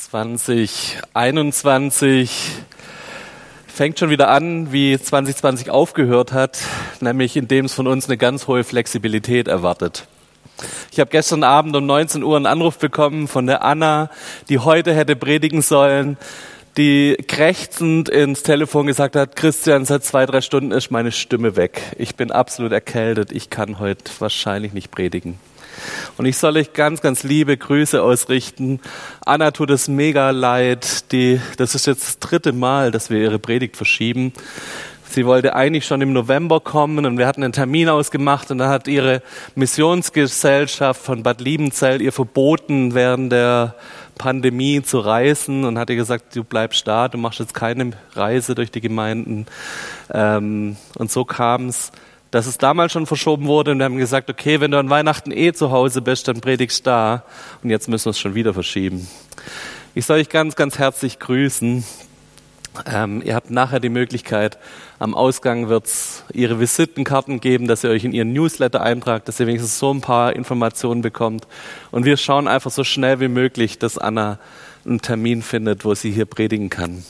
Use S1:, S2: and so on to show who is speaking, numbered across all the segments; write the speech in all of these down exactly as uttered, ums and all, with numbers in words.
S1: zwanzig einundzwanzig fängt schon wieder an, wie zwanzig zwanzig aufgehört hat, nämlich indem es von uns eine ganz hohe Flexibilität erwartet. Ich habe gestern Abend um neunzehn Uhr einen Anruf bekommen von der Anna, die heute hätte predigen sollen, die krächzend ins Telefon gesagt hat: Christian, seit zwei, drei Stunden ist meine Stimme weg. Ich bin absolut erkältet, ich kann heute wahrscheinlich nicht predigen. Und ich soll euch ganz, ganz liebe Grüße ausrichten. Anna tut es mega leid. Die, das ist jetzt das dritte Mal, dass wir ihre Predigt verschieben. Sie wollte eigentlich schon im November kommen und wir hatten einen Termin ausgemacht und dann hat ihre Missionsgesellschaft von Bad Liebenzell ihr verboten, während der Pandemie zu reisen und hat ihr gesagt, du bleibst da, du machst jetzt keine Reise durch die Gemeinden. Und so kam es, dass es damals schon verschoben wurde und wir haben gesagt, okay, wenn du an Weihnachten eh zu Hause bist, dann predigst da und jetzt müssen wir es schon wieder verschieben. Ich soll euch ganz, ganz herzlich grüßen. Ähm, ihr habt nachher die Möglichkeit, am Ausgang wird es ihre Visitenkarten geben, dass ihr euch in ihren Newsletter eintragt, dass ihr wenigstens so ein paar Informationen bekommt. Und wir schauen einfach so schnell wie möglich, dass Anna einen Termin findet, wo sie hier predigen kann.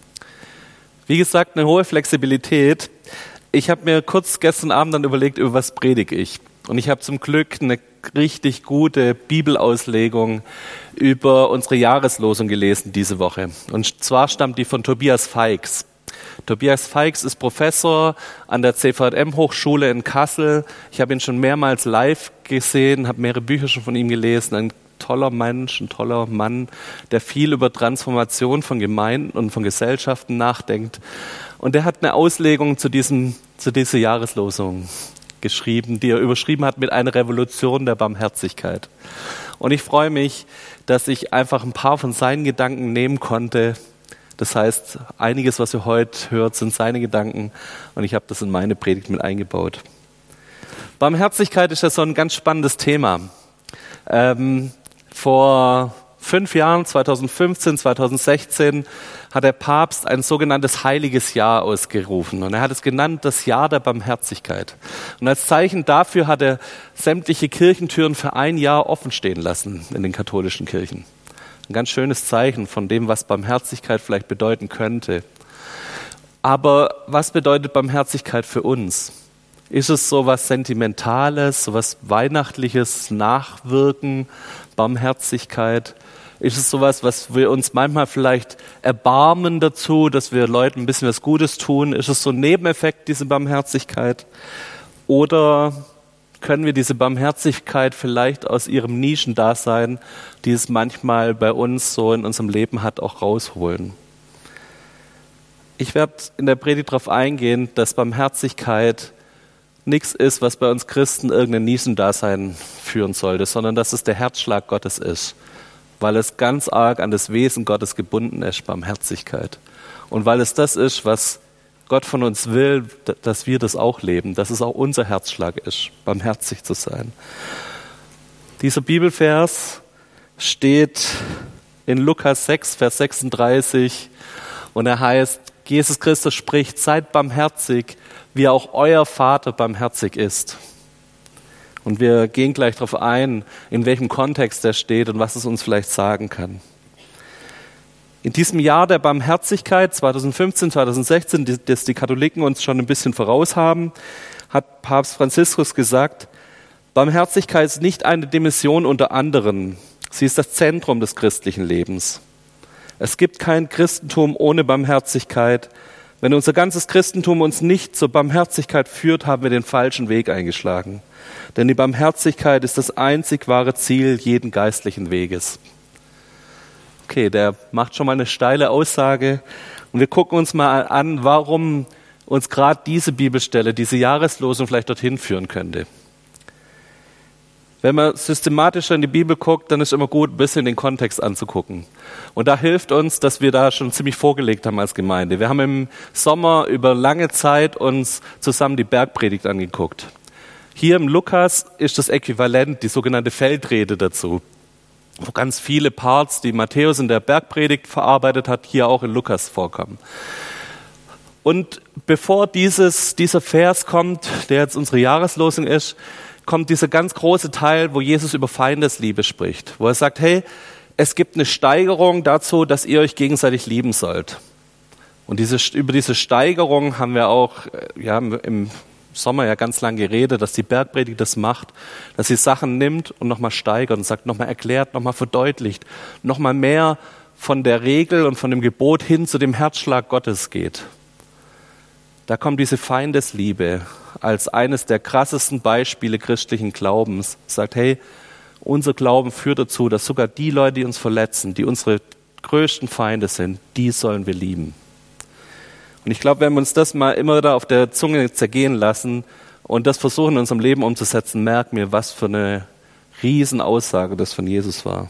S1: Wie gesagt, eine hohe Flexibilität. Ich habe mir kurz gestern Abend dann überlegt, über was predige ich. Und ich habe zum Glück eine richtig gute Bibelauslegung über unsere Jahreslosung gelesen diese Woche. Und zwar stammt die von Tobias Feix. Tobias Feix ist Professor an der C V M-Hochschule in Kassel. Ich habe ihn schon mehrmals live gesehen, habe mehrere Bücher schon von ihm gelesen. Ein toller Mensch, ein toller Mann, der viel über Transformation von Gemeinden und von Gesellschaften nachdenkt. Und er hat eine Auslegung zu diesem, zu dieser Jahreslosung geschrieben, die er überschrieben hat mit einer Revolution der Barmherzigkeit. Und ich freue mich, dass ich einfach ein paar von seinen Gedanken nehmen konnte. Das heißt, einiges, was ihr heute hört, sind seine Gedanken und ich habe das in meine Predigt mit eingebaut. Barmherzigkeit ist ja so ein ganz spannendes Thema. Ähm, vor fünf Jahren, zwanzig fünfzehn, zwanzig sechzehn, hat der Papst ein sogenanntes heiliges Jahr ausgerufen. Und er hat es genannt, das Jahr der Barmherzigkeit. Und als Zeichen dafür hat er sämtliche Kirchentüren für ein Jahr offen stehen lassen in den katholischen Kirchen. Ein ganz schönes Zeichen von dem, was Barmherzigkeit vielleicht bedeuten könnte. Aber was bedeutet Barmherzigkeit für uns? Ist es so was Sentimentales, so was Weihnachtliches, Nachwirken, Barmherzigkeit? Ist es sowas, was wir uns manchmal vielleicht erbarmen dazu, dass wir Leuten ein bisschen was Gutes tun? Ist es so ein Nebeneffekt, diese Barmherzigkeit? Oder können wir diese Barmherzigkeit vielleicht aus ihrem Nischendasein, die es manchmal bei uns so in unserem Leben hat, auch rausholen? Ich werde in der Predigt darauf eingehen, dass Barmherzigkeit nichts ist, was bei uns Christen irgendein Nischendasein führen sollte, sondern dass es der Herzschlag Gottes ist, weil es ganz arg an das Wesen Gottes gebunden ist, Barmherzigkeit. Und weil es das ist, was Gott von uns will, dass wir das auch leben, dass es auch unser Herzschlag ist, barmherzig zu sein. Dieser Bibelvers steht in Lukas sechs, Vers sechsunddreißig und er heißt, Jesus Christus spricht, seid barmherzig, wie auch euer Vater barmherzig ist. Und wir gehen gleich darauf ein, in welchem Kontext er steht und was es uns vielleicht sagen kann. In diesem Jahr der Barmherzigkeit, zwanzig fünfzehn, zwanzig sechzehn, das die Katholiken uns schon ein bisschen voraus haben, hat Papst Franziskus gesagt, Barmherzigkeit ist nicht eine Dimension unter anderen. Sie ist das Zentrum des christlichen Lebens. Es gibt kein Christentum ohne Barmherzigkeit. Wenn unser ganzes Christentum uns nicht zur Barmherzigkeit führt, haben wir den falschen Weg eingeschlagen. Denn die Barmherzigkeit ist das einzig wahre Ziel jeden geistlichen Weges. Okay, der macht schon mal eine steile Aussage. Und wir gucken uns mal an, warum uns gerade diese Bibelstelle, diese Jahreslosung vielleicht dorthin führen könnte. Wenn man systematischer in die Bibel guckt, dann ist immer gut, ein bisschen den Kontext anzugucken. Und da hilft uns, dass wir da schon ziemlich vorgelegt haben als Gemeinde. Wir haben im Sommer über lange Zeit uns zusammen die Bergpredigt angeguckt. Hier im Lukas ist das Äquivalent, die sogenannte Feldrede dazu, wo ganz viele Parts, die Matthäus in der Bergpredigt verarbeitet hat, hier auch in Lukas vorkommen. Und bevor dieses, dieser Vers kommt, der jetzt unsere Jahreslosung ist, kommt dieser ganz große Teil, wo Jesus über Feindesliebe spricht, wo er sagt, hey, es gibt eine Steigerung dazu, dass ihr euch gegenseitig lieben sollt. Und diese, über diese Steigerung haben wir auch ja, im Sommer ja ganz lang geredet, dass die Bergpredigt das macht, dass sie Sachen nimmt und nochmal steigert und sagt, nochmal erklärt, nochmal verdeutlicht, nochmal mehr von der Regel und von dem Gebot hin zu dem Herzschlag Gottes geht. Da kommt diese Feindesliebe als eines der krassesten Beispiele christlichen Glaubens. Sagt, hey, unser Glauben führt dazu, dass sogar die Leute, die uns verletzen, die unsere größten Feinde sind, die sollen wir lieben. Und ich glaube, wenn wir uns das mal immer da auf der Zunge zergehen lassen und das versuchen in unserem Leben umzusetzen, merken wir, was für eine Riesenaussage das von Jesus war.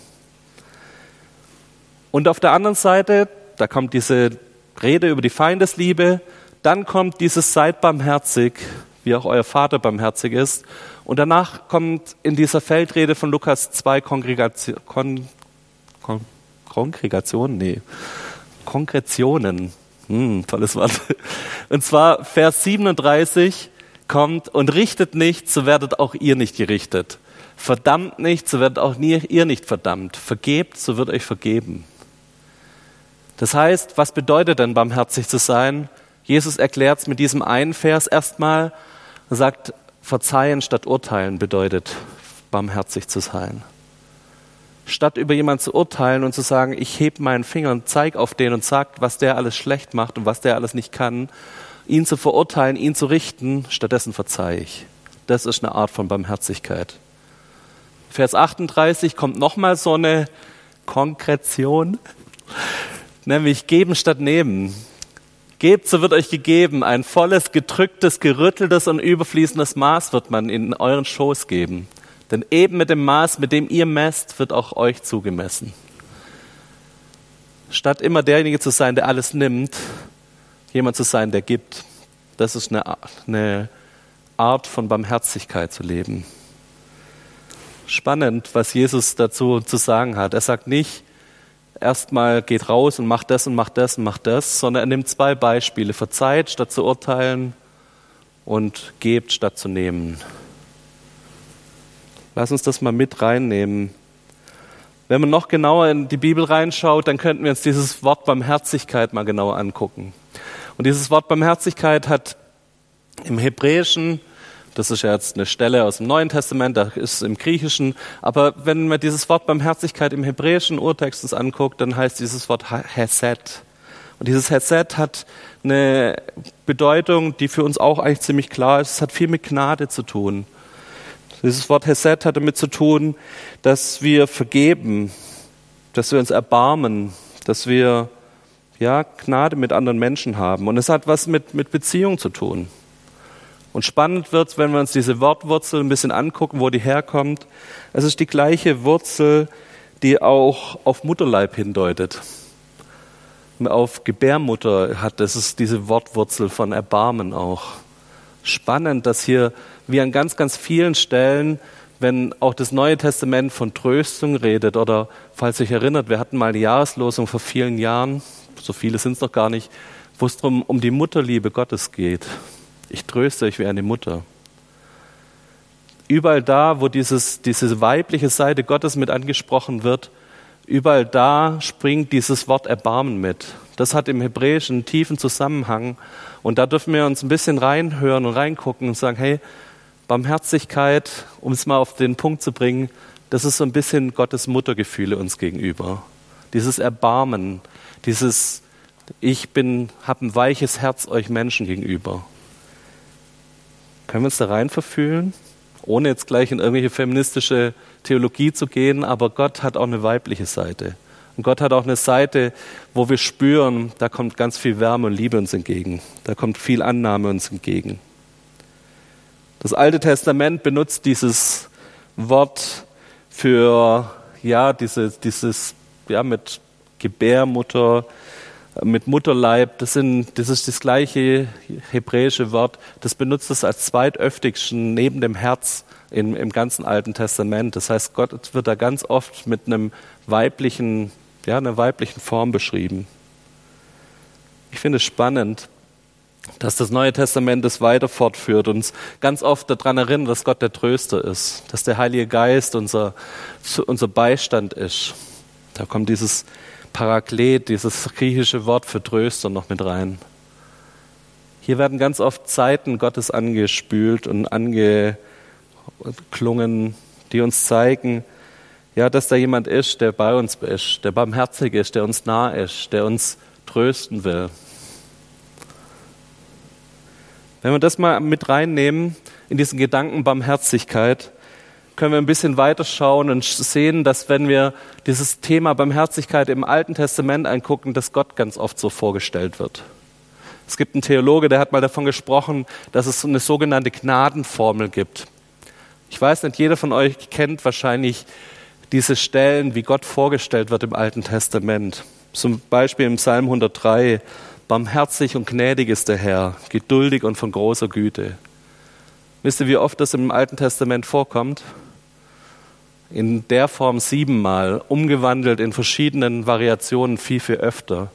S1: Und auf der anderen Seite, da kommt diese Rede über die Feindesliebe, dann kommt dieses Seid barmherzig, wie auch euer Vater barmherzig ist. Und danach kommt in dieser Feldrede von Lukas zwei Kongregation, Kon, Kon, Kongregationen, nee, Konkretionen. Hm, tolles Wort. Und zwar Vers siebenunddreißig kommt, und richtet nicht, so werdet auch ihr nicht gerichtet. Verdammt nicht, so werdet auch nie, ihr nicht verdammt. Vergebt, so wird euch vergeben. Das heißt, was bedeutet denn barmherzig zu sein? Jesus erklärt es mit diesem einen Vers erstmal. Er sagt, verzeihen statt urteilen bedeutet barmherzig zu sein. Statt über jemanden zu urteilen und zu sagen, ich heb meinen Finger und zeig auf den und sag, was der alles schlecht macht und was der alles nicht kann, ihn zu verurteilen, ihn zu richten, stattdessen verzeihe ich. Das ist eine Art von Barmherzigkeit. Vers achtunddreißig kommt nochmal so eine Konkretion, nämlich geben statt nehmen. Gebt, so wird euch gegeben, ein volles, gedrücktes, gerütteltes und überfließendes Maß wird man in euren Schoß geben. Denn eben mit dem Maß, mit dem ihr messt, wird auch euch zugemessen. Statt immer derjenige zu sein, der alles nimmt, jemand zu sein, der gibt. Das ist eine, eine Art von Barmherzigkeit zu leben. Spannend, was Jesus dazu zu sagen hat. Er sagt nicht, erstmal geht raus und macht das und macht das und macht das, sondern er nimmt zwei Beispiele. Verzeiht statt zu urteilen und gebt statt zu nehmen. Lass uns das mal mit reinnehmen. Wenn man noch genauer in die Bibel reinschaut, dann könnten wir uns dieses Wort Barmherzigkeit mal genauer angucken. Und dieses Wort Barmherzigkeit hat im Hebräischen, das ist ja jetzt eine Stelle aus dem Neuen Testament, da ist es im Griechischen, aber wenn man dieses Wort Barmherzigkeit im hebräischen Urtext uns anguckt, dann heißt dieses Wort Hesed. Und dieses Hesed hat eine Bedeutung, die für uns auch eigentlich ziemlich klar ist. Es hat viel mit Gnade zu tun. Dieses Wort Hesed hat damit zu tun, dass wir vergeben, dass wir uns erbarmen, dass wir ja, Gnade mit anderen Menschen haben. Und es hat was mit, mit Beziehung zu tun. Und spannend wird es, wenn wir uns diese Wortwurzel ein bisschen angucken, wo die herkommt. Es ist die gleiche Wurzel, die auch auf Mutterleib hindeutet. Auf Gebärmutter hat das ist diese Wortwurzel von Erbarmen auch. Spannend, dass hier wie an ganz, ganz vielen Stellen, wenn auch das Neue Testament von Tröstung redet oder, falls ihr euch erinnert, wir hatten mal eine Jahreslosung vor vielen Jahren, so viele sind es noch gar nicht, wo es darum um die Mutterliebe Gottes geht. Ich tröste euch wie eine Mutter. Überall da, wo dieses, diese weibliche Seite Gottes mit angesprochen wird, überall da springt dieses Wort Erbarmen mit. Das hat im Hebräischen einen tiefen Zusammenhang. Und da dürfen wir uns ein bisschen reinhören und reingucken und sagen, hey, Barmherzigkeit, um es mal auf den Punkt zu bringen, das ist so ein bisschen Gottes Muttergefühle uns gegenüber. Dieses Erbarmen, dieses Ich bin, habe ein weiches Herz euch Menschen gegenüber. Können wir uns da rein verfühlen? Ohne jetzt gleich in irgendwelche feministische Theologie zu gehen, aber Gott hat auch eine weibliche Seite. Und Gott hat auch eine Seite, wo wir spüren, da kommt ganz viel Wärme und Liebe uns entgegen. Da kommt viel Annahme uns entgegen. Das Alte Testament benutzt dieses Wort für, ja, diese, dieses, ja, mit Gebärmutter, mit Mutterleib. Das, sind, das ist das gleiche hebräische Wort. Das benutzt es als zweitöftigsten neben dem Herz im, im ganzen Alten Testament. Das heißt, Gott wird da ganz oft mit einem weiblichen, ja, einer weiblichen Form beschrieben. Ich finde es spannend, dass das Neue Testament das weiter fortführt und uns ganz oft daran erinnert, dass Gott der Tröster ist, dass der Heilige Geist unser, unser Beistand ist. Da kommt dieses Paraklet, dieses griechische Wort für Tröster noch mit rein. Hier werden ganz oft Zeiten Gottes angespült und angeklungen, die uns zeigen, ja, dass da jemand ist, der bei uns ist, der barmherzig ist, der uns nah ist, der uns trösten will. Wenn wir das mal mit reinnehmen in diesen Gedanken Barmherzigkeit, können wir ein bisschen weiter schauen und sehen, dass wenn wir dieses Thema Barmherzigkeit im Alten Testament angucken, dass Gott ganz oft so vorgestellt wird. Es gibt einen Theologe, der hat mal davon gesprochen, dass es eine sogenannte Gnadenformel gibt. Ich weiß nicht, jeder von euch kennt wahrscheinlich diese Stellen, wie Gott vorgestellt wird im Alten Testament. Zum Beispiel im Psalm hundertdrei, barmherzig und gnädig ist der Herr, geduldig und von großer Güte. Wisst ihr, wie oft das im Alten Testament vorkommt? In der Form siebenmal, umgewandelt in verschiedenen Variationen viel, viel öfter.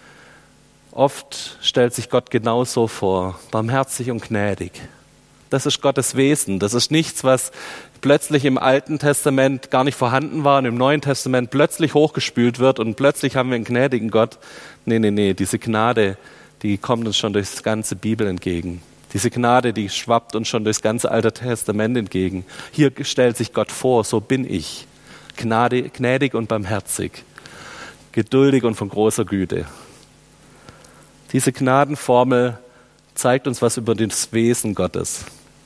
S1: Oft stellt sich Gott genauso vor, barmherzig und gnädig. Das ist Gottes Wesen. Das ist nichts, was plötzlich im Alten Testament gar nicht vorhanden war und im Neuen Testament plötzlich hochgespült wird und plötzlich haben wir einen gnädigen Gott. Nee, nee, nee, diese Gnade, die kommt uns schon durch die ganze Bibel entgegen. Diese Gnade, die schwappt uns schon durchs ganze Alte Testament entgegen. Hier stellt sich Gott vor, so bin ich. Gnade, gnädig und barmherzig, geduldig und von großer Güte. Diese Gnadenformel zeigt uns was über das Wesen Gottes.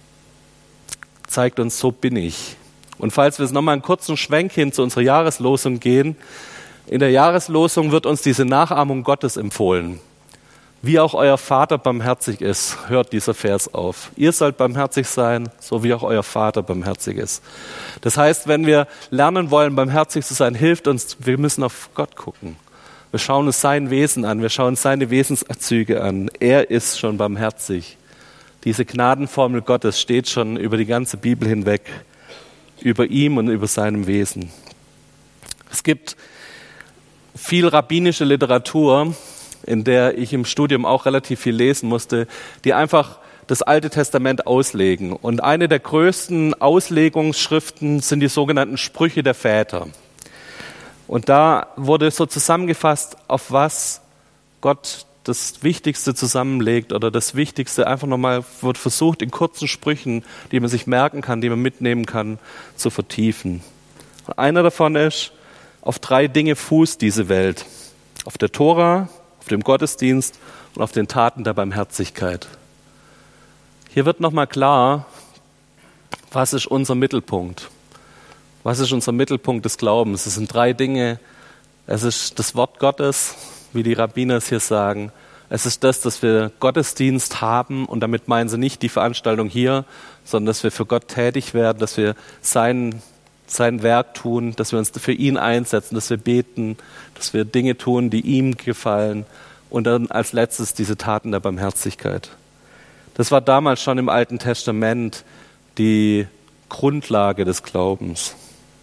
S1: Zeigt uns, so bin ich. Und falls wir jetzt nochmal einen kurzen Schwenk hin zu unserer Jahreslosung gehen, in der Jahreslosung wird uns diese Nachahmung Gottes empfohlen. Wie auch euer Vater barmherzig ist, hört dieser Vers auf. Ihr sollt barmherzig sein, so wie auch euer Vater barmherzig ist. Das heißt, wenn wir lernen wollen, barmherzig zu sein, hilft uns, wir müssen auf Gott gucken. Wir schauen uns sein Wesen an, wir schauen seine Wesenszüge an. Er ist schon barmherzig. Diese Gnadenformel Gottes steht schon über die ganze Bibel hinweg, über ihm und über seinem Wesen. Es gibt viel rabbinische Literatur, in der ich im Studium auch relativ viel lesen musste, die einfach das Alte Testament auslegen. Und eine der größten Auslegungsschriften sind die sogenannten Sprüche der Väter. Und da wurde so zusammengefasst, auf was Gott das Wichtigste zusammenlegt oder das Wichtigste einfach nochmal wird versucht, in kurzen Sprüchen, die man sich merken kann, die man mitnehmen kann, zu vertiefen. Und einer davon ist, auf drei Dinge fußt diese Welt. Auf der Tora, auf dem Gottesdienst und auf den Taten der Barmherzigkeit. Hier wird nochmal klar, was ist unser Mittelpunkt? Was ist unser Mittelpunkt des Glaubens? Es sind drei Dinge. Es ist das Wort Gottes, wie die Rabbiner es hier sagen. Es ist das, dass wir Gottesdienst haben und damit meinen sie nicht die Veranstaltung hier, sondern dass wir für Gott tätig werden, dass wir sein, sein Werk tun, dass wir uns für ihn einsetzen, dass wir beten, dass wir Dinge tun, die ihm gefallen und dann als letztes diese Taten der Barmherzigkeit. Das war damals schon im Alten Testament die Grundlage des Glaubens.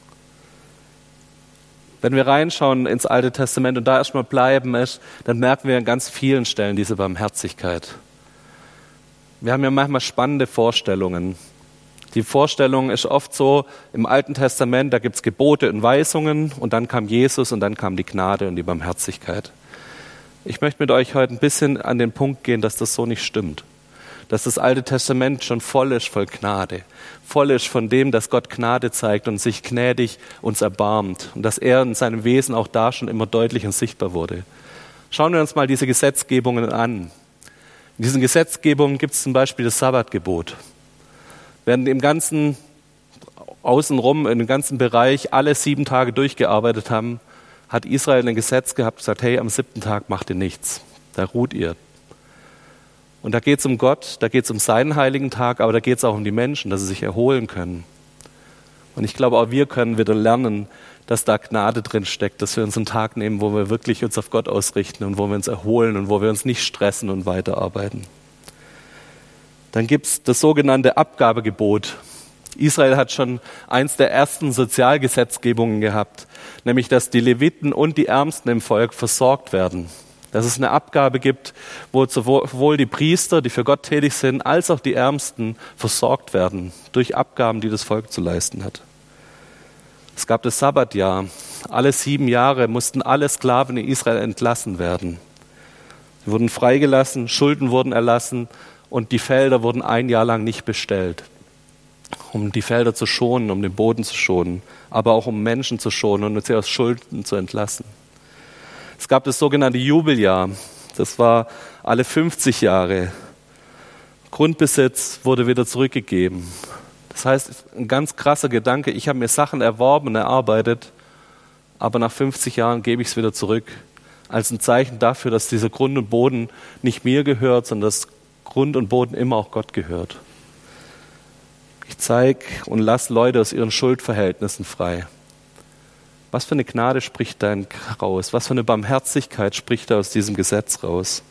S1: Wenn wir reinschauen ins Alte Testament und da erstmal bleiben, ist, dann merken wir an ganz vielen Stellen diese Barmherzigkeit. Wir haben ja manchmal spannende Vorstellungen. Die Vorstellung ist oft so, im Alten Testament, da gibt es Gebote und Weisungen und dann kam Jesus und dann kam die Gnade und die Barmherzigkeit. Ich möchte mit euch heute ein bisschen an den Punkt gehen, dass das so nicht stimmt. Dass das Alte Testament schon voll ist voll Gnade. Voll ist von dem, dass Gott Gnade zeigt und sich gnädig uns erbarmt. Und dass er in seinem Wesen auch da schon immer deutlich und sichtbar wurde. Schauen wir uns mal diese Gesetzgebungen an. In diesen Gesetzgebungen gibt es zum Beispiel das Sabbatgebot. Während im ganzen, außenrum, in dem ganzen Bereich alle sieben Tage durchgearbeitet haben, hat Israel ein Gesetz gehabt und gesagt, hey, am siebten Tag macht ihr nichts. Da ruht ihr. Und da geht es um Gott, da geht es um seinen heiligen Tag, aber da geht es auch um die Menschen, dass sie sich erholen können. Und ich glaube, auch wir können wieder lernen, dass da Gnade drin steckt, dass wir uns einen Tag nehmen, wo wir wirklich uns auf Gott ausrichten und wo wir uns erholen und wo wir uns nicht stressen und weiterarbeiten. Dann gibt es das sogenannte Abgabegebot. Israel hat schon eins der ersten Sozialgesetzgebungen gehabt, nämlich dass die Leviten und die Ärmsten im Volk versorgt werden. Dass es eine Abgabe gibt, wo sowohl die Priester, die für Gott tätig sind, als auch die Ärmsten versorgt werden durch Abgaben, die das Volk zu leisten hat. Es gab das Sabbatjahr. Alle sieben Jahre mussten alle Sklaven in Israel entlassen werden. Sie wurden freigelassen, Schulden wurden erlassen und die Felder wurden ein Jahr lang nicht bestellt, um die Felder zu schonen, um den Boden zu schonen, aber auch um Menschen zu schonen und sie aus Schulden zu entlassen. Es gab das sogenannte Jubeljahr. Das war alle fünfzig Jahre. Grundbesitz wurde wieder zurückgegeben. Das heißt, ein ganz krasser Gedanke, ich habe mir Sachen erworben und erarbeitet, aber nach fünfzig Jahren gebe ich es wieder zurück. Als ein Zeichen dafür, dass dieser Grund und Boden nicht mir gehört, sondern dass Grund und Boden immer auch Gott gehört. Ich zeige und lasse Leute aus ihren Schuldverhältnissen frei. Was für eine Gnade spricht da raus? Was für eine Barmherzigkeit spricht da aus diesem Gesetz raus?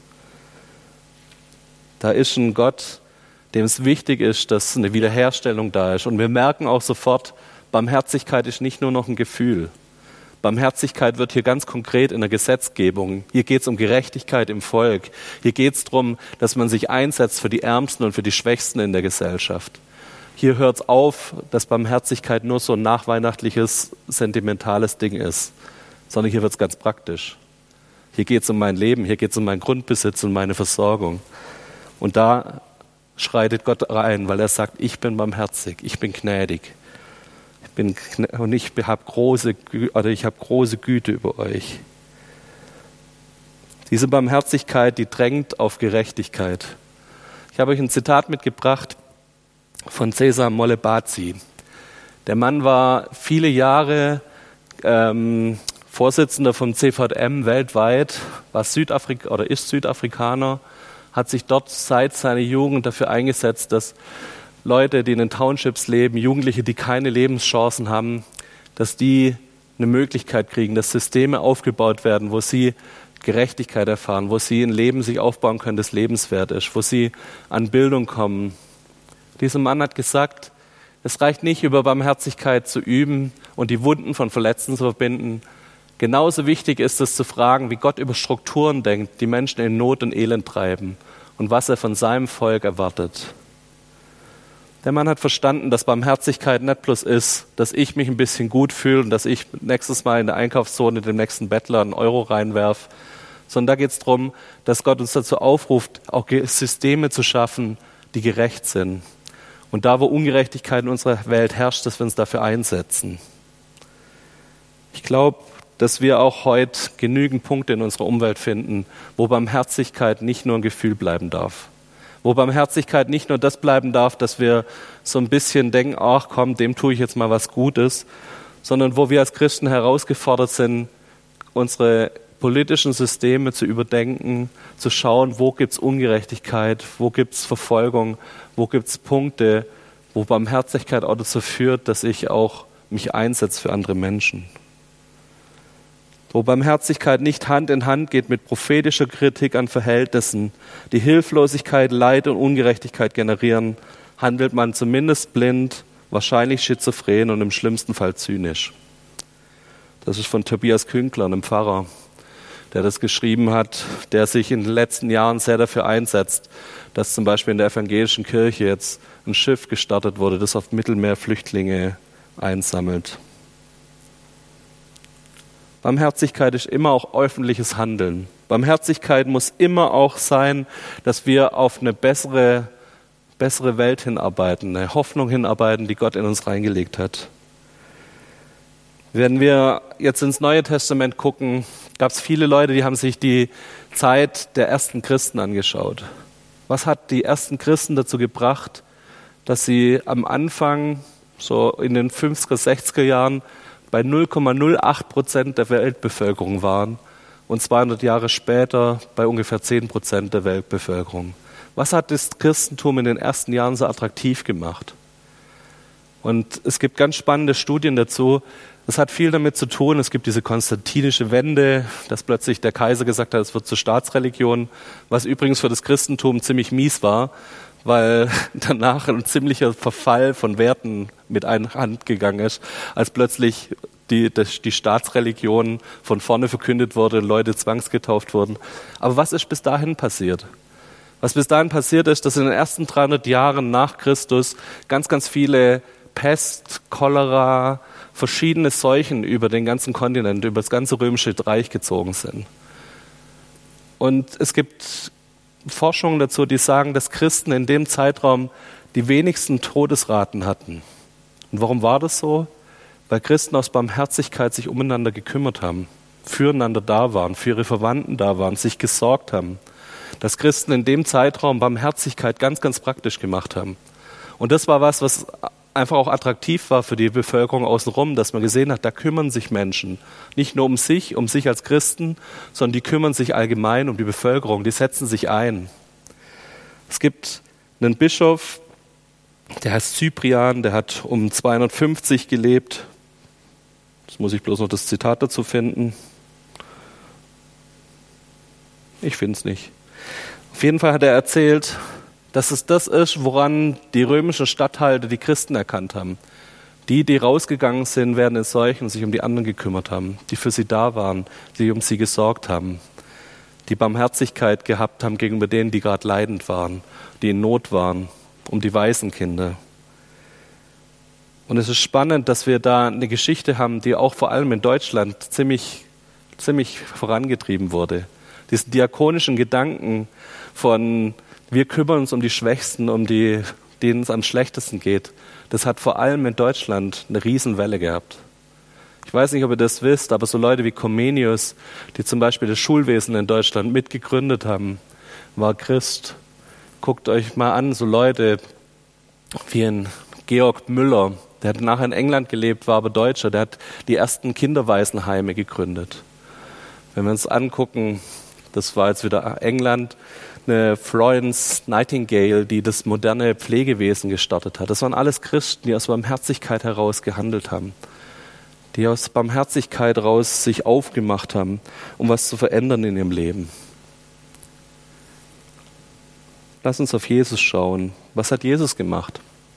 S1: Da ist ein Gott, dem es wichtig ist, dass eine Wiederherstellung da ist. Und wir merken auch sofort, Barmherzigkeit ist nicht nur noch ein Gefühl. Barmherzigkeit wird hier ganz konkret in der Gesetzgebung. Hier geht es um Gerechtigkeit im Volk. Hier geht es darum, dass man sich einsetzt für die Ärmsten und für die Schwächsten in der Gesellschaft. Hier hört es auf, dass Barmherzigkeit nur so ein nachweihnachtliches, sentimentales Ding ist, sondern hier wird es ganz praktisch. Hier geht es um mein Leben, hier geht es um meinen Grundbesitz und meine Versorgung. Und da schreitet Gott rein, weil er sagt, ich bin barmherzig, ich bin gnädig. Ich bin, und ich habe große, oder ich habe große Güte über euch. Diese Barmherzigkeit, die drängt auf Gerechtigkeit. Ich habe euch ein Zitat mitgebracht von Cesar Mollebazzi. Der Mann war viele Jahre ähm, Vorsitzender vom C V M weltweit, war Südafrika oder ist Südafrikaner, hat sich dort seit seiner Jugend dafür eingesetzt, dass Leute, die in den Townships leben, Jugendliche, die keine Lebenschancen haben, dass die eine Möglichkeit kriegen, dass Systeme aufgebaut werden, wo sie Gerechtigkeit erfahren, wo sie ein Leben sich aufbauen können, das lebenswert ist, wo sie an Bildung kommen. Dieser Mann hat gesagt, es reicht nicht, über Barmherzigkeit zu üben und die Wunden von Verletzten zu verbinden. Genauso wichtig ist es zu fragen, wie Gott über Strukturen denkt, die Menschen in Not und Elend treiben und was er von seinem Volk erwartet. Der Mann hat verstanden, dass Barmherzigkeit nicht bloß ist, dass ich mich ein bisschen gut fühle und dass ich nächstes Mal in der Einkaufszone dem nächsten Bettler einen Euro reinwerfe, sondern da geht es darum, dass Gott uns dazu aufruft, auch Systeme zu schaffen, die gerecht sind. Und da, wo Ungerechtigkeit in unserer Welt herrscht, dass wir uns dafür einsetzen. Ich glaube, dass wir auch heute genügend Punkte in unserer Umwelt finden, wo Barmherzigkeit nicht nur ein Gefühl bleiben darf. Wo Barmherzigkeit nicht nur das bleiben darf, dass wir so ein bisschen denken, ach komm, dem tue ich jetzt mal was Gutes, sondern wo wir als Christen herausgefordert sind, unsere politischen Systeme zu überdenken, zu schauen, wo gibt es Ungerechtigkeit, wo gibt es Verfolgung, wo gibt es Punkte, wo Barmherzigkeit auch dazu führt, dass ich auch mich einsetze für andere Menschen. Wo Barmherzigkeit nicht Hand in Hand geht mit prophetischer Kritik an Verhältnissen, die Hilflosigkeit, Leid und Ungerechtigkeit generieren, handelt man zumindest blind, wahrscheinlich schizophren und im schlimmsten Fall zynisch. Das ist von Tobias Künkler, einem Pfarrer, der das geschrieben hat, der sich in den letzten Jahren sehr dafür einsetzt, dass zum Beispiel in der evangelischen Kirche jetzt ein Schiff gestartet wurde, das auf Mittelmeer Flüchtlinge einsammelt. Barmherzigkeit ist immer auch öffentliches Handeln. Barmherzigkeit muss immer auch sein, dass wir auf eine bessere, bessere Welt hinarbeiten, eine Hoffnung hinarbeiten, die Gott in uns reingelegt hat. Wenn wir jetzt ins Neue Testament gucken, gab es viele Leute, die haben sich die Zeit der ersten Christen angeschaut. Was hat die ersten Christen dazu gebracht, dass sie am Anfang, so in den fünfziger, sechziger Jahren, bei null Komma null acht Prozent der Weltbevölkerung waren und zweihundert Jahre später bei ungefähr zehn Prozent der Weltbevölkerung. Was hat das Christentum in den ersten Jahren so attraktiv gemacht? Und es gibt ganz spannende Studien dazu. Das hat viel damit zu tun, es gibt diese konstantinische Wende, dass plötzlich der Kaiser gesagt hat, es wird zur Staatsreligion, was übrigens für das Christentum ziemlich mies war, weil danach ein ziemlicher Verfall von Werten mit einhand gegangen ist, als plötzlich die, die Staatsreligion von vorne verkündet wurde, Leute zwangsgetauft wurden. Aber was ist bis dahin passiert? Was bis dahin passiert ist, dass in den ersten dreihundert Jahren nach Christus ganz, ganz viele Pest, Cholera, verschiedene Seuchen über den ganzen Kontinent, über das ganze römische Reich gezogen sind. Und es gibt Forschungen dazu, die sagen, dass Christen in dem Zeitraum die wenigsten Todesraten hatten. Und warum war das so? Weil Christen aus Barmherzigkeit sich umeinander gekümmert haben, füreinander da waren, für ihre Verwandten da waren, sich gesorgt haben. Dass Christen in dem Zeitraum Barmherzigkeit ganz, ganz praktisch gemacht haben. Und das war was, was einfach auch attraktiv war für die Bevölkerung außenrum, dass man gesehen hat, da kümmern sich Menschen. Nicht nur um sich, um sich als Christen, sondern die kümmern sich allgemein um die Bevölkerung, die setzen sich ein. Es gibt einen Bischof, der heißt Cyprian, der hat um zweihundertfünfzig gelebt. Jetzt muss ich bloß noch das Zitat dazu finden. Ich finde es nicht. Auf jeden Fall hat er erzählt, dass es das ist, woran die römischen Statthalter die Christen erkannt haben. Die, die rausgegangen sind während den Seuchen und sich um die anderen gekümmert haben, die für sie da waren, die um sie gesorgt haben, die Barmherzigkeit gehabt haben gegenüber denen, die gerade leidend waren, die in Not waren, um die Waisenkinder. Und es ist spannend, dass wir da eine Geschichte haben, die auch vor allem in Deutschland ziemlich, ziemlich vorangetrieben wurde. Diesen diakonischen Gedanken von wir kümmern uns um die Schwächsten, um die, denen es am schlechtesten geht. Das hat vor allem in Deutschland eine Riesenwelle gehabt. Ich weiß nicht, ob ihr das wisst, aber so Leute wie Comenius, die zum Beispiel das Schulwesen in Deutschland mitgegründet haben, war Christ. Guckt euch mal an, so Leute wie ein Georg Müller, der hat nachher in England gelebt, war aber Deutscher, der hat die ersten Kinderwaisenheime gegründet. Wenn wir uns angucken, das war jetzt wieder England, eine Florence Nightingale, die das moderne Pflegewesen gestartet hat. Das waren alles Christen, die aus Barmherzigkeit heraus gehandelt haben. Die aus Barmherzigkeit heraus sich aufgemacht haben, um was zu verändern in ihrem Leben. Lass uns auf Jesus schauen. Was hat Jesus gemacht?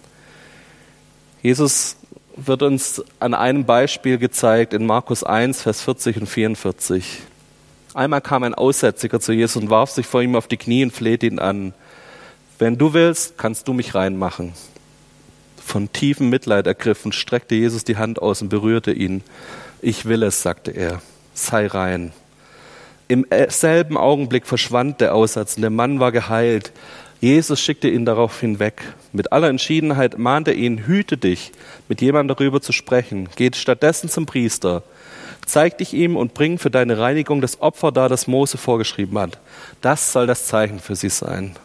S1: Jesus wird uns an einem Beispiel gezeigt in Markus eins, Vers vierzig und vierundvierzig. Einmal kam ein Aussätziger zu Jesus und warf sich vor ihm auf die Knie und flehte ihn an. Wenn du willst, kannst du mich reinmachen. Von tiefem Mitleid ergriffen, streckte Jesus die Hand aus und berührte ihn. Ich will es, sagte er, sei rein. Im selben Augenblick verschwand der Aussatz und der Mann war geheilt. Jesus schickte ihn daraufhin weg. Mit aller Entschiedenheit mahnte er ihn, hüte dich, mit jemandem darüber zu sprechen. Geht stattdessen zum Priester. Zeig dich ihm und bring für deine Reinigung das Opfer dar, das Mose vorgeschrieben hat. Das soll das Zeichen für sie sein.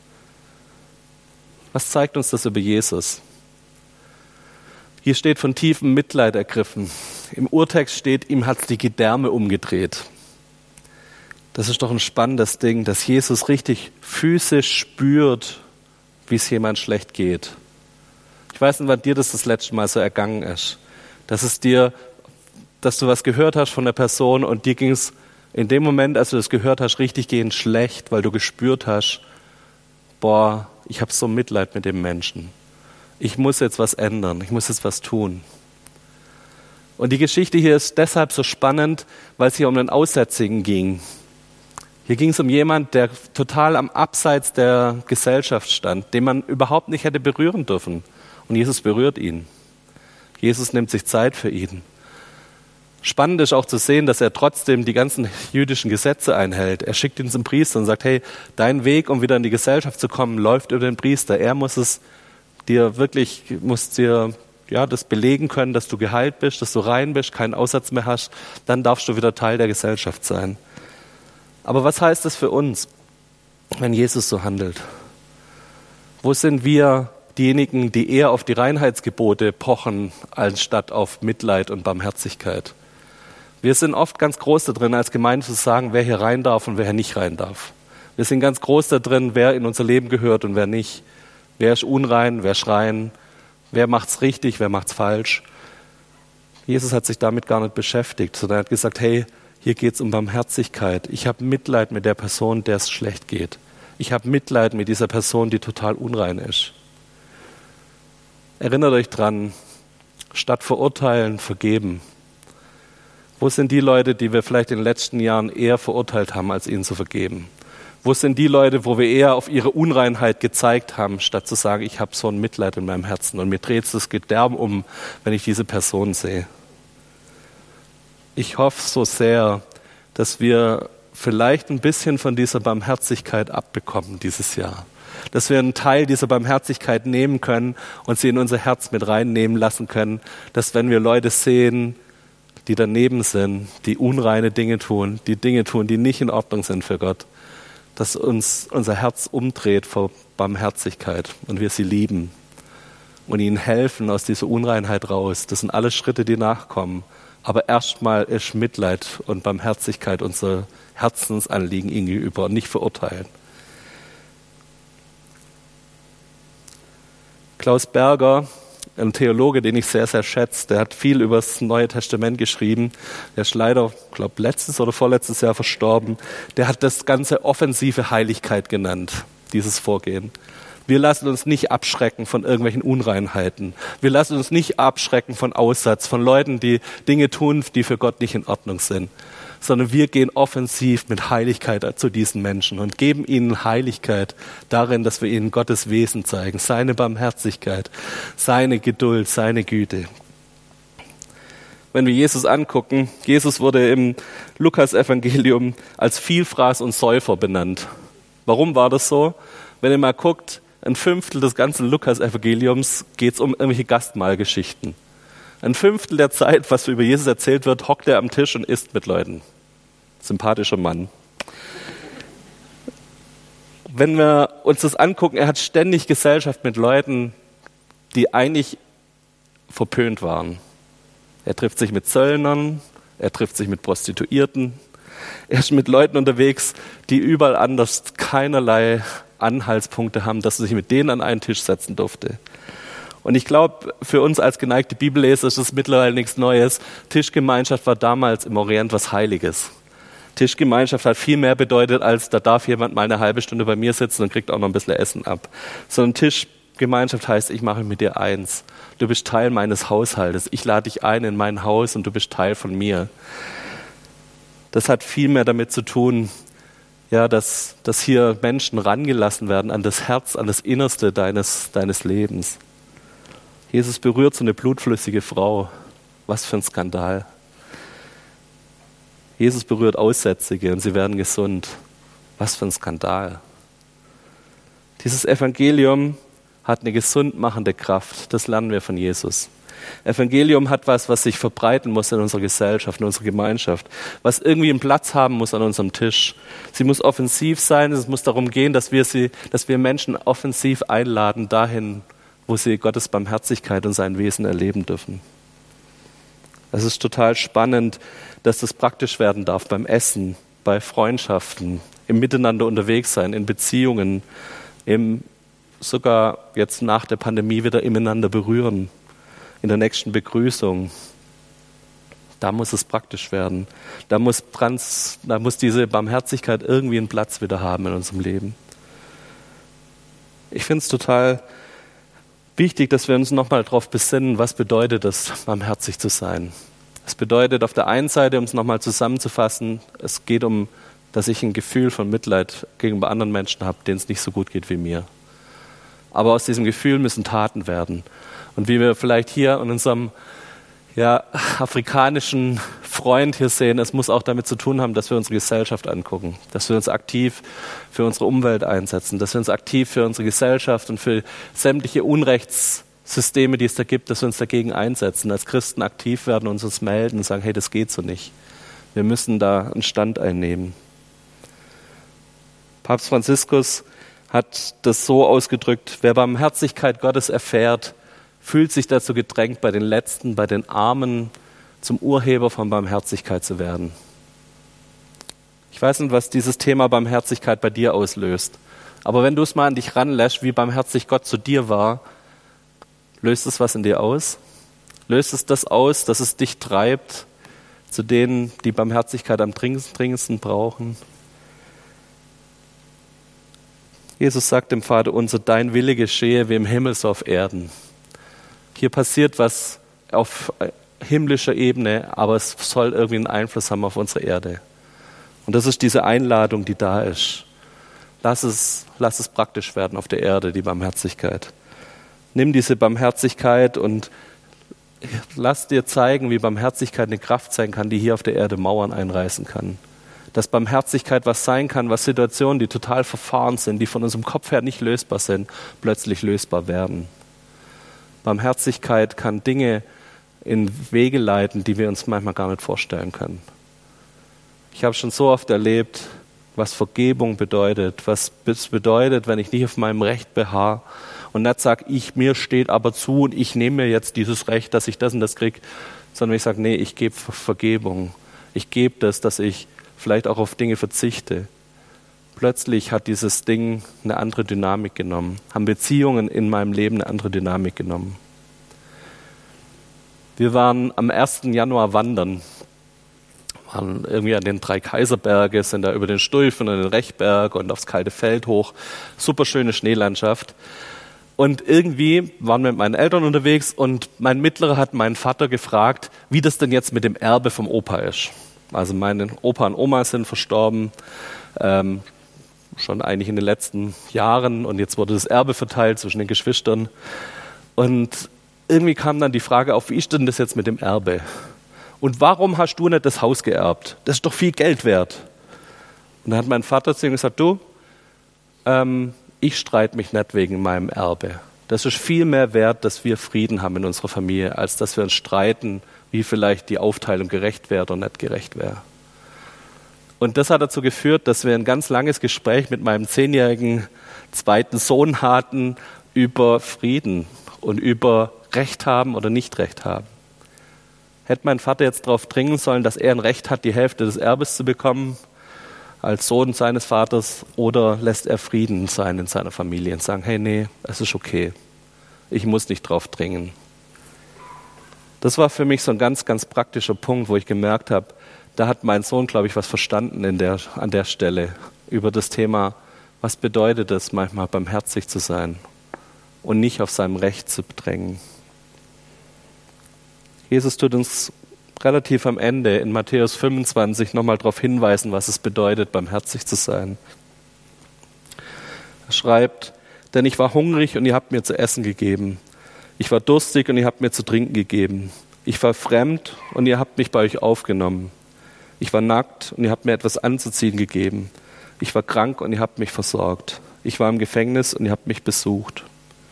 S1: Was zeigt uns das über Jesus? Hier steht von tiefem Mitleid ergriffen. Im Urtext steht, ihm hat die Gedärme umgedreht. Das ist doch ein spannendes Ding, dass Jesus richtig physisch spürt, wie es jemand schlecht geht. Ich weiß nicht, wann dir das das letzte Mal so ergangen ist. Dass es dir, dass du was gehört hast von der Person und dir ging es in dem Moment, als du das gehört hast, richtig gehend schlecht, weil du gespürt hast, boah, ich habe so Mitleid mit dem Menschen. Ich muss jetzt was ändern, ich muss jetzt was tun. Und die Geschichte hier ist deshalb so spannend, weil es hier um einen Aussätzigen ging. Hier ging es um jemanden, der total am Abseits der Gesellschaft stand, den man überhaupt nicht hätte berühren dürfen. Und Jesus berührt ihn. Jesus nimmt sich Zeit für ihn. Spannend ist auch zu sehen, dass er trotzdem die ganzen jüdischen Gesetze einhält. Er schickt ihn zum Priester und sagt, hey, dein Weg, um wieder in die Gesellschaft zu kommen, läuft über den Priester. Er muss es dir wirklich, muss dir ja, das belegen können, dass du geheilt bist, dass du rein bist, keinen Aussatz mehr hast. Dann darfst du wieder Teil der Gesellschaft sein. Aber was heißt das für uns, wenn Jesus so handelt? Wo sind wir diejenigen, die eher auf die Reinheitsgebote pochen, anstatt auf Mitleid und Barmherzigkeit? Wir sind oft ganz groß da drin, als Gemeinde zu sagen, wer hier rein darf und wer hier nicht rein darf. Wir sind ganz groß da drin, wer in unser Leben gehört und wer nicht. Wer ist unrein, wer ist rein, wer macht's richtig, wer macht's falsch. Jesus hat sich damit gar nicht beschäftigt, sondern er hat gesagt, hey, hier geht's um Barmherzigkeit. Ich habe Mitleid mit der Person, der es schlecht geht. Ich habe Mitleid mit dieser Person, die total unrein ist. Erinnert euch dran, statt verurteilen, vergeben. Wo sind die Leute, die wir vielleicht in den letzten Jahren eher verurteilt haben, als ihnen zu vergeben? Wo sind die Leute, wo wir eher auf ihre Unreinheit gezeigt haben, statt zu sagen, ich habe so ein Mitleid in meinem Herzen und mir dreht es das Gedärm um, wenn ich diese Person sehe. Ich hoffe so sehr, dass wir vielleicht ein bisschen von dieser Barmherzigkeit abbekommen dieses Jahr. Dass wir einen Teil dieser Barmherzigkeit nehmen können und sie in unser Herz mit reinnehmen lassen können, dass wenn wir Leute sehen, die daneben sind, die unreine Dinge tun, die Dinge tun, die nicht in Ordnung sind für Gott, dass uns unser Herz umdreht vor Barmherzigkeit und wir sie lieben und ihnen helfen aus dieser Unreinheit raus. Das sind alles Schritte, die nachkommen. Aber erstmal ist Mitleid und Barmherzigkeit unser Herzensanliegen ihnen gegenüber und nicht verurteilen. Klaus Berger, ein Theologe, den ich sehr, sehr schätze, der hat viel über das Neue Testament geschrieben. Der ist leider, ich glaube, letztes oder vorletztes Jahr verstorben. Der hat das Ganze offensive Heiligkeit genannt, dieses Vorgehen. Wir lassen uns nicht abschrecken von irgendwelchen Unreinheiten. Wir lassen uns nicht abschrecken von Aussatz, von Leuten, die Dinge tun, die für Gott nicht in Ordnung sind. Sondern wir gehen offensiv mit Heiligkeit zu diesen Menschen und geben ihnen Heiligkeit darin, dass wir ihnen Gottes Wesen zeigen, seine Barmherzigkeit, seine Geduld, seine Güte. Wenn wir Jesus angucken, Jesus wurde im Lukas-Evangelium als Vielfraß und Säufer benannt. Warum war das so? Wenn ihr mal guckt, ein Fünftel des ganzen Lukas-Evangeliums geht es um irgendwelche Gastmahlgeschichten. Ein Fünftel der Zeit, was über Jesus erzählt wird, hockt er am Tisch und isst mit Leuten. Sympathischer Mann. Wenn wir uns das angucken, er hat ständig Gesellschaft mit Leuten, die eigentlich verpönt waren. Er trifft sich mit Zöllnern, er trifft sich mit Prostituierten, er ist mit Leuten unterwegs, die überall anders keinerlei Anhaltspunkte haben, dass er sich mit denen an einen Tisch setzen durfte. Und ich glaube, für uns als geneigte Bibelleser ist das mittlerweile nichts Neues. Tischgemeinschaft war damals im Orient was Heiliges. Tischgemeinschaft hat viel mehr bedeutet, als da darf jemand mal eine halbe Stunde bei mir sitzen und kriegt auch noch ein bisschen Essen ab. Sondern Tischgemeinschaft heißt, ich mache mit dir eins. Du bist Teil meines Haushaltes. Ich lade dich ein in mein Haus und du bist Teil von mir. Das hat viel mehr damit zu tun, ja, dass, dass hier Menschen rangelassen werden an das Herz, an das Innerste deines, deines Lebens. Jesus berührt so eine blutflüssige Frau. Was für ein Skandal. Jesus berührt Aussätzige und sie werden gesund. Was für ein Skandal. Dieses Evangelium hat eine gesundmachende Kraft. Das lernen wir von Jesus. Evangelium hat was, was sich verbreiten muss in unserer Gesellschaft, in unserer Gemeinschaft, was irgendwie einen Platz haben muss an unserem Tisch. Sie muss offensiv sein, es muss darum gehen, dass wir sie, dass wir Menschen offensiv einladen dahin, wo sie Gottes Barmherzigkeit und sein Wesen erleben dürfen. Es ist total spannend, dass das praktisch werden darf beim Essen, bei Freundschaften, im Miteinander unterwegs sein, in Beziehungen, im sogar jetzt nach der Pandemie wieder ineinander berühren, in der nächsten Begrüßung. Da muss es praktisch werden. Da muss, trans, da muss diese Barmherzigkeit irgendwie einen Platz wieder haben in unserem Leben. Ich finde es total wichtig, dass wir uns nochmal darauf besinnen, was bedeutet es, barmherzig zu sein. Es bedeutet auf der einen Seite, um es nochmal zusammenzufassen, es geht um, dass ich ein Gefühl von Mitleid gegenüber anderen Menschen habe, denen es nicht so gut geht wie mir. Aber aus diesem Gefühl müssen Taten werden. Und wie wir vielleicht hier in unserem ja, afrikanischen Freund hier sehen, es muss auch damit zu tun haben, dass wir unsere Gesellschaft angucken, dass wir uns aktiv für unsere Umwelt einsetzen, dass wir uns aktiv für unsere Gesellschaft und für sämtliche Unrechtssysteme, die es da gibt, dass wir uns dagegen einsetzen, als Christen aktiv werden und uns melden und sagen, hey, das geht so nicht. Wir müssen da einen Stand einnehmen. Papst Franziskus hat das so ausgedrückt, wer Barmherzigkeit Gottes erfährt, fühlt sich dazu gedrängt, bei den Letzten, bei den Armen zum Urheber von Barmherzigkeit zu werden. Ich weiß nicht, was dieses Thema Barmherzigkeit bei dir auslöst. Aber wenn du es mal an dich ranlässt, wie barmherzig Gott zu dir war, löst es was in dir aus? Löst es das aus, dass es dich treibt zu denen, die Barmherzigkeit am dringendsten brauchen? Jesus sagt dem Vater unser, dein Wille geschehe wie im Himmel so auf Erden. Hier passiert was auf himmlischer Ebene, aber es soll irgendwie einen Einfluss haben auf unsere Erde. Und das ist diese Einladung, die da ist. Lass es, lass es praktisch werden auf der Erde, die Barmherzigkeit. Nimm diese Barmherzigkeit und lass dir zeigen, wie Barmherzigkeit eine Kraft sein kann, die hier auf der Erde Mauern einreißen kann. Dass Barmherzigkeit was sein kann, was Situationen, die total verfahren sind, die von unserem Kopf her nicht lösbar sind, plötzlich lösbar werden. Barmherzigkeit kann Dinge in Wege leiten, die wir uns manchmal gar nicht vorstellen können. Ich habe schon so oft erlebt, was Vergebung bedeutet, was es bedeutet, wenn ich nicht auf meinem Recht beharre und nicht sage, ich, mir steht aber zu und ich nehme mir jetzt dieses Recht, dass ich das und das kriege, sondern ich sage, nee, ich gebe Vergebung. Ich gebe das, dass ich vielleicht auch auf Dinge verzichte. Plötzlich hat dieses Ding eine andere Dynamik genommen, haben Beziehungen in meinem Leben eine andere Dynamik genommen. Wir waren am ersten Januar wandern, waren irgendwie an den drei Kaiserberge, sind da über den Stulfen und den Rechberg und aufs kalte Feld hoch. Super schöne Schneelandschaft. Und irgendwie waren wir mit meinen Eltern unterwegs und mein Mittlerer hat meinen Vater gefragt, wie das denn jetzt mit dem Erbe vom Opa ist. Also meine Opa und Oma sind verstorben, ähm, schon eigentlich in den letzten Jahren und jetzt wurde das Erbe verteilt zwischen den Geschwistern. Und irgendwie kam dann die Frage auf, wie ist denn das jetzt mit dem Erbe? Und warum hast du nicht das Haus geerbt? Das ist doch viel Geld wert. Und dann hat mein Vater zu ihm gesagt, du, ähm, ich streite mich nicht wegen meinem Erbe. Das ist viel mehr wert, dass wir Frieden haben in unserer Familie, als dass wir uns streiten, wie vielleicht die Aufteilung gerecht wäre oder nicht gerecht wäre. Und das hat dazu geführt, dass wir ein ganz langes Gespräch mit meinem zehnjährigen zweiten Sohn hatten über Frieden und über Recht haben oder nicht Recht haben. Hätte mein Vater jetzt darauf dringen sollen, dass er ein Recht hat, die Hälfte des Erbes zu bekommen, als Sohn seines Vaters, oder lässt er Frieden sein in seiner Familie und sagen, hey, nee, es ist okay, ich muss nicht drauf dringen. Das war für mich so ein ganz, ganz praktischer Punkt, wo ich gemerkt habe, da hat mein Sohn, glaube ich, was verstanden in der, an der Stelle über das Thema, was bedeutet es manchmal, barmherzig zu sein und nicht auf seinem Recht zu bedrängen. Jesus tut uns relativ am Ende in Matthäus fünfundzwanzig nochmal darauf hinweisen, was es bedeutet, barmherzig zu sein. Er schreibt, denn ich war hungrig und ihr habt mir zu essen gegeben. Ich war durstig und ihr habt mir zu trinken gegeben. Ich war fremd und ihr habt mich bei euch aufgenommen. Ich war nackt und ihr habt mir etwas anzuziehen gegeben. Ich war krank und ihr habt mich versorgt. Ich war im Gefängnis und ihr habt mich besucht.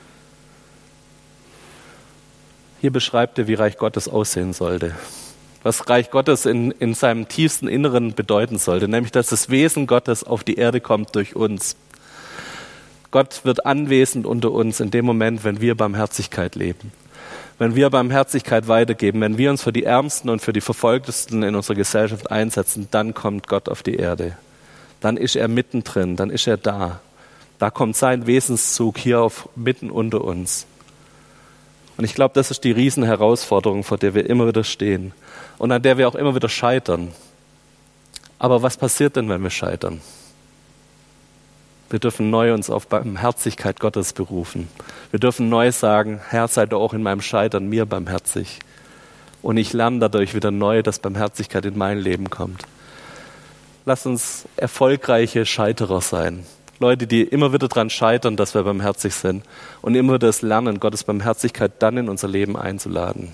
S1: Hier beschreibt er, wie Reich Gottes aussehen sollte. Was Reich Gottes in, in seinem tiefsten Inneren bedeuten sollte, nämlich, dass das Wesen Gottes auf die Erde kommt durch uns. Gott wird anwesend unter uns in dem Moment, wenn wir Barmherzigkeit leben. Wenn wir Barmherzigkeit weitergeben, wenn wir uns für die Ärmsten und für die Verfolgtesten in unserer Gesellschaft einsetzen, dann kommt Gott auf die Erde. Dann ist er mittendrin, dann ist er da. Da kommt sein Wesenszug hier auf, mitten unter uns. Und ich glaube, das ist die Riesenherausforderung, vor der wir immer wieder stehen und an der wir auch immer wieder scheitern. Aber was passiert denn, wenn wir scheitern? Wir dürfen neu uns auf Barmherzigkeit Gottes berufen. Wir dürfen neu sagen, Herr, sei du auch in meinem Scheitern mir barmherzig. Und ich lerne dadurch wieder neu, dass Barmherzigkeit in mein Leben kommt. Lass uns erfolgreiche Scheiterer sein. Leute, die immer wieder daran scheitern, dass wir barmherzig sind und immer wieder das lernen, Gottes Barmherzigkeit dann in unser Leben einzuladen.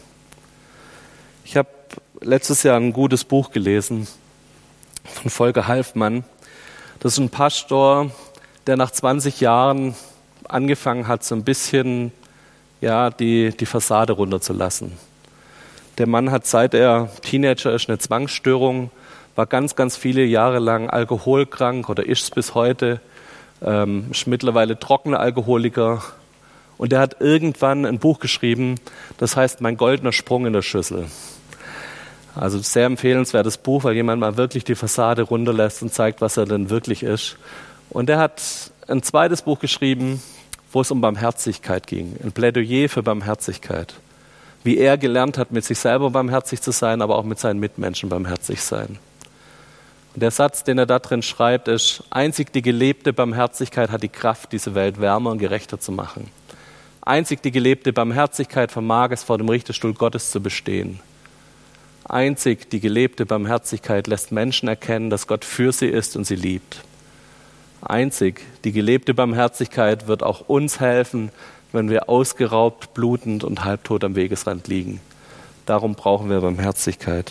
S1: Ich habe letztes Jahr ein gutes Buch gelesen von Volker Halfmann. Das ist ein Pastor, der nach zwanzig Jahren angefangen hat, so ein bisschen ja, die, die Fassade runterzulassen. Der Mann hat, seit er Teenager ist, eine Zwangsstörung, war ganz, ganz viele Jahre lang alkoholkrank oder ist es bis heute, ähm, ist mittlerweile trockener Alkoholiker. Und er hat irgendwann ein Buch geschrieben, das heißt Mein goldener Sprung in der Schüssel. Also sehr empfehlenswertes Buch, weil jemand mal wirklich die Fassade runterlässt und zeigt, was er denn wirklich ist. Und er hat ein zweites Buch geschrieben, wo es um Barmherzigkeit ging, ein Plädoyer für Barmherzigkeit. Wie er gelernt hat, mit sich selber barmherzig zu sein, aber auch mit seinen Mitmenschen barmherzig sein. Und der Satz, den er da drin schreibt, ist, einzig die gelebte Barmherzigkeit hat die Kraft, diese Welt wärmer und gerechter zu machen. Einzig die gelebte Barmherzigkeit vermag es, vor dem Richterstuhl Gottes zu bestehen. Einzig die gelebte Barmherzigkeit lässt Menschen erkennen, dass Gott für sie ist und sie liebt. Einzig die gelebte Barmherzigkeit wird auch uns helfen, wenn wir ausgeraubt, blutend und halbtot am Wegesrand liegen. Darum brauchen wir Barmherzigkeit.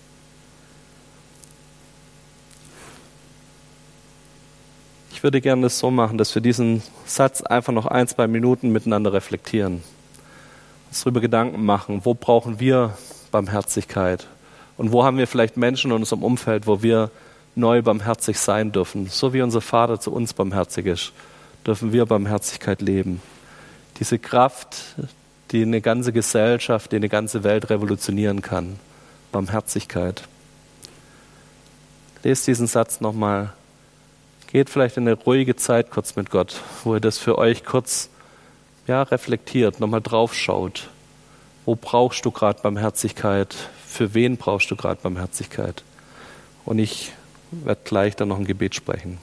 S1: Ich würde gerne das so machen, dass wir diesen Satz einfach noch ein, zwei Minuten miteinander reflektieren. Uns darüber Gedanken machen, wo brauchen wir Barmherzigkeit? Und wo haben wir vielleicht Menschen in unserem Umfeld, wo wir neu barmherzig sein dürfen? So wie unser Vater zu uns barmherzig ist, dürfen wir Barmherzigkeit leben. Diese Kraft, die eine ganze Gesellschaft, die eine ganze Welt revolutionieren kann. Barmherzigkeit. Lest diesen Satz nochmal. Geht vielleicht in eine ruhige Zeit kurz mit Gott, wo ihr das für euch kurz ja, reflektiert, nochmal drauf schaut. Wo brauchst du gerade Barmherzigkeit? Für wen brauchst du gerade Barmherzigkeit? Und ich werde gleich dann noch ein Gebet sprechen.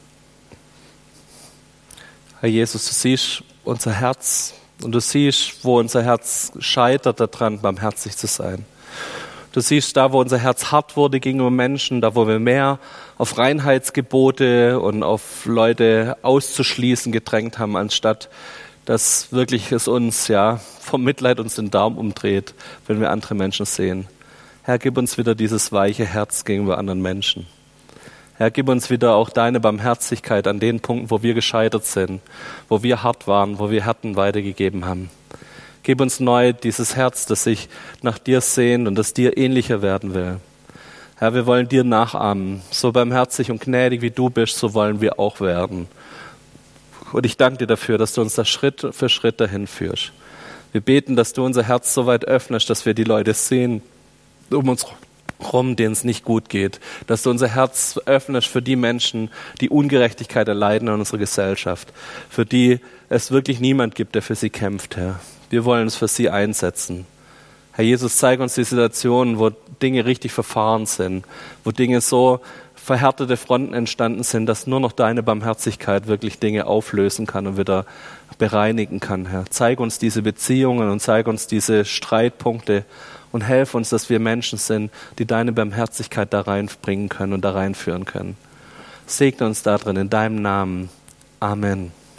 S1: Herr Jesus, du siehst unser Herz und du siehst, wo unser Herz scheitert daran, barmherzig zu sein. Du siehst da, wo unser Herz hart wurde gegenüber Menschen, da, wo wir mehr auf Reinheitsgebote und auf Leute auszuschließen gedrängt haben, anstatt dass wirklich es uns, ja, vom Mitleid uns den Daumen umdreht, wenn wir andere Menschen sehen. Herr, gib uns wieder dieses weiche Herz gegenüber anderen Menschen. Herr, gib uns wieder auch deine Barmherzigkeit an den Punkten, wo wir gescheitert sind, wo wir hart waren, wo wir Härten weitergegeben haben. Gib uns neu dieses Herz, das sich nach dir sehnt und das dir ähnlicher werden will. Herr, wir wollen dir nachahmen. So barmherzig und gnädig wie du bist, so wollen wir auch werden. Und ich danke dir dafür, dass du uns da Schritt für Schritt dahin führst. Wir beten, dass du unser Herz so weit öffnest, dass wir die Leute sehen um uns herum, denen es nicht gut geht. Dass du unser Herz öffnest für die Menschen, die Ungerechtigkeit erleiden in unserer Gesellschaft. Für die es wirklich niemand gibt, der für sie kämpft, Herr. Wir wollen es für sie einsetzen. Herr Jesus, zeig uns die Situationen, wo Dinge richtig verfahren sind, wo Dinge so verhärtete Fronten entstanden sind, dass nur noch deine Barmherzigkeit wirklich Dinge auflösen kann und wieder bereinigen kann, Herr. Zeig uns diese Beziehungen und zeig uns diese Streitpunkte und helf uns, dass wir Menschen sind, die deine Barmherzigkeit da reinbringen können und da reinführen können. Segne uns da drin in deinem Namen. Amen.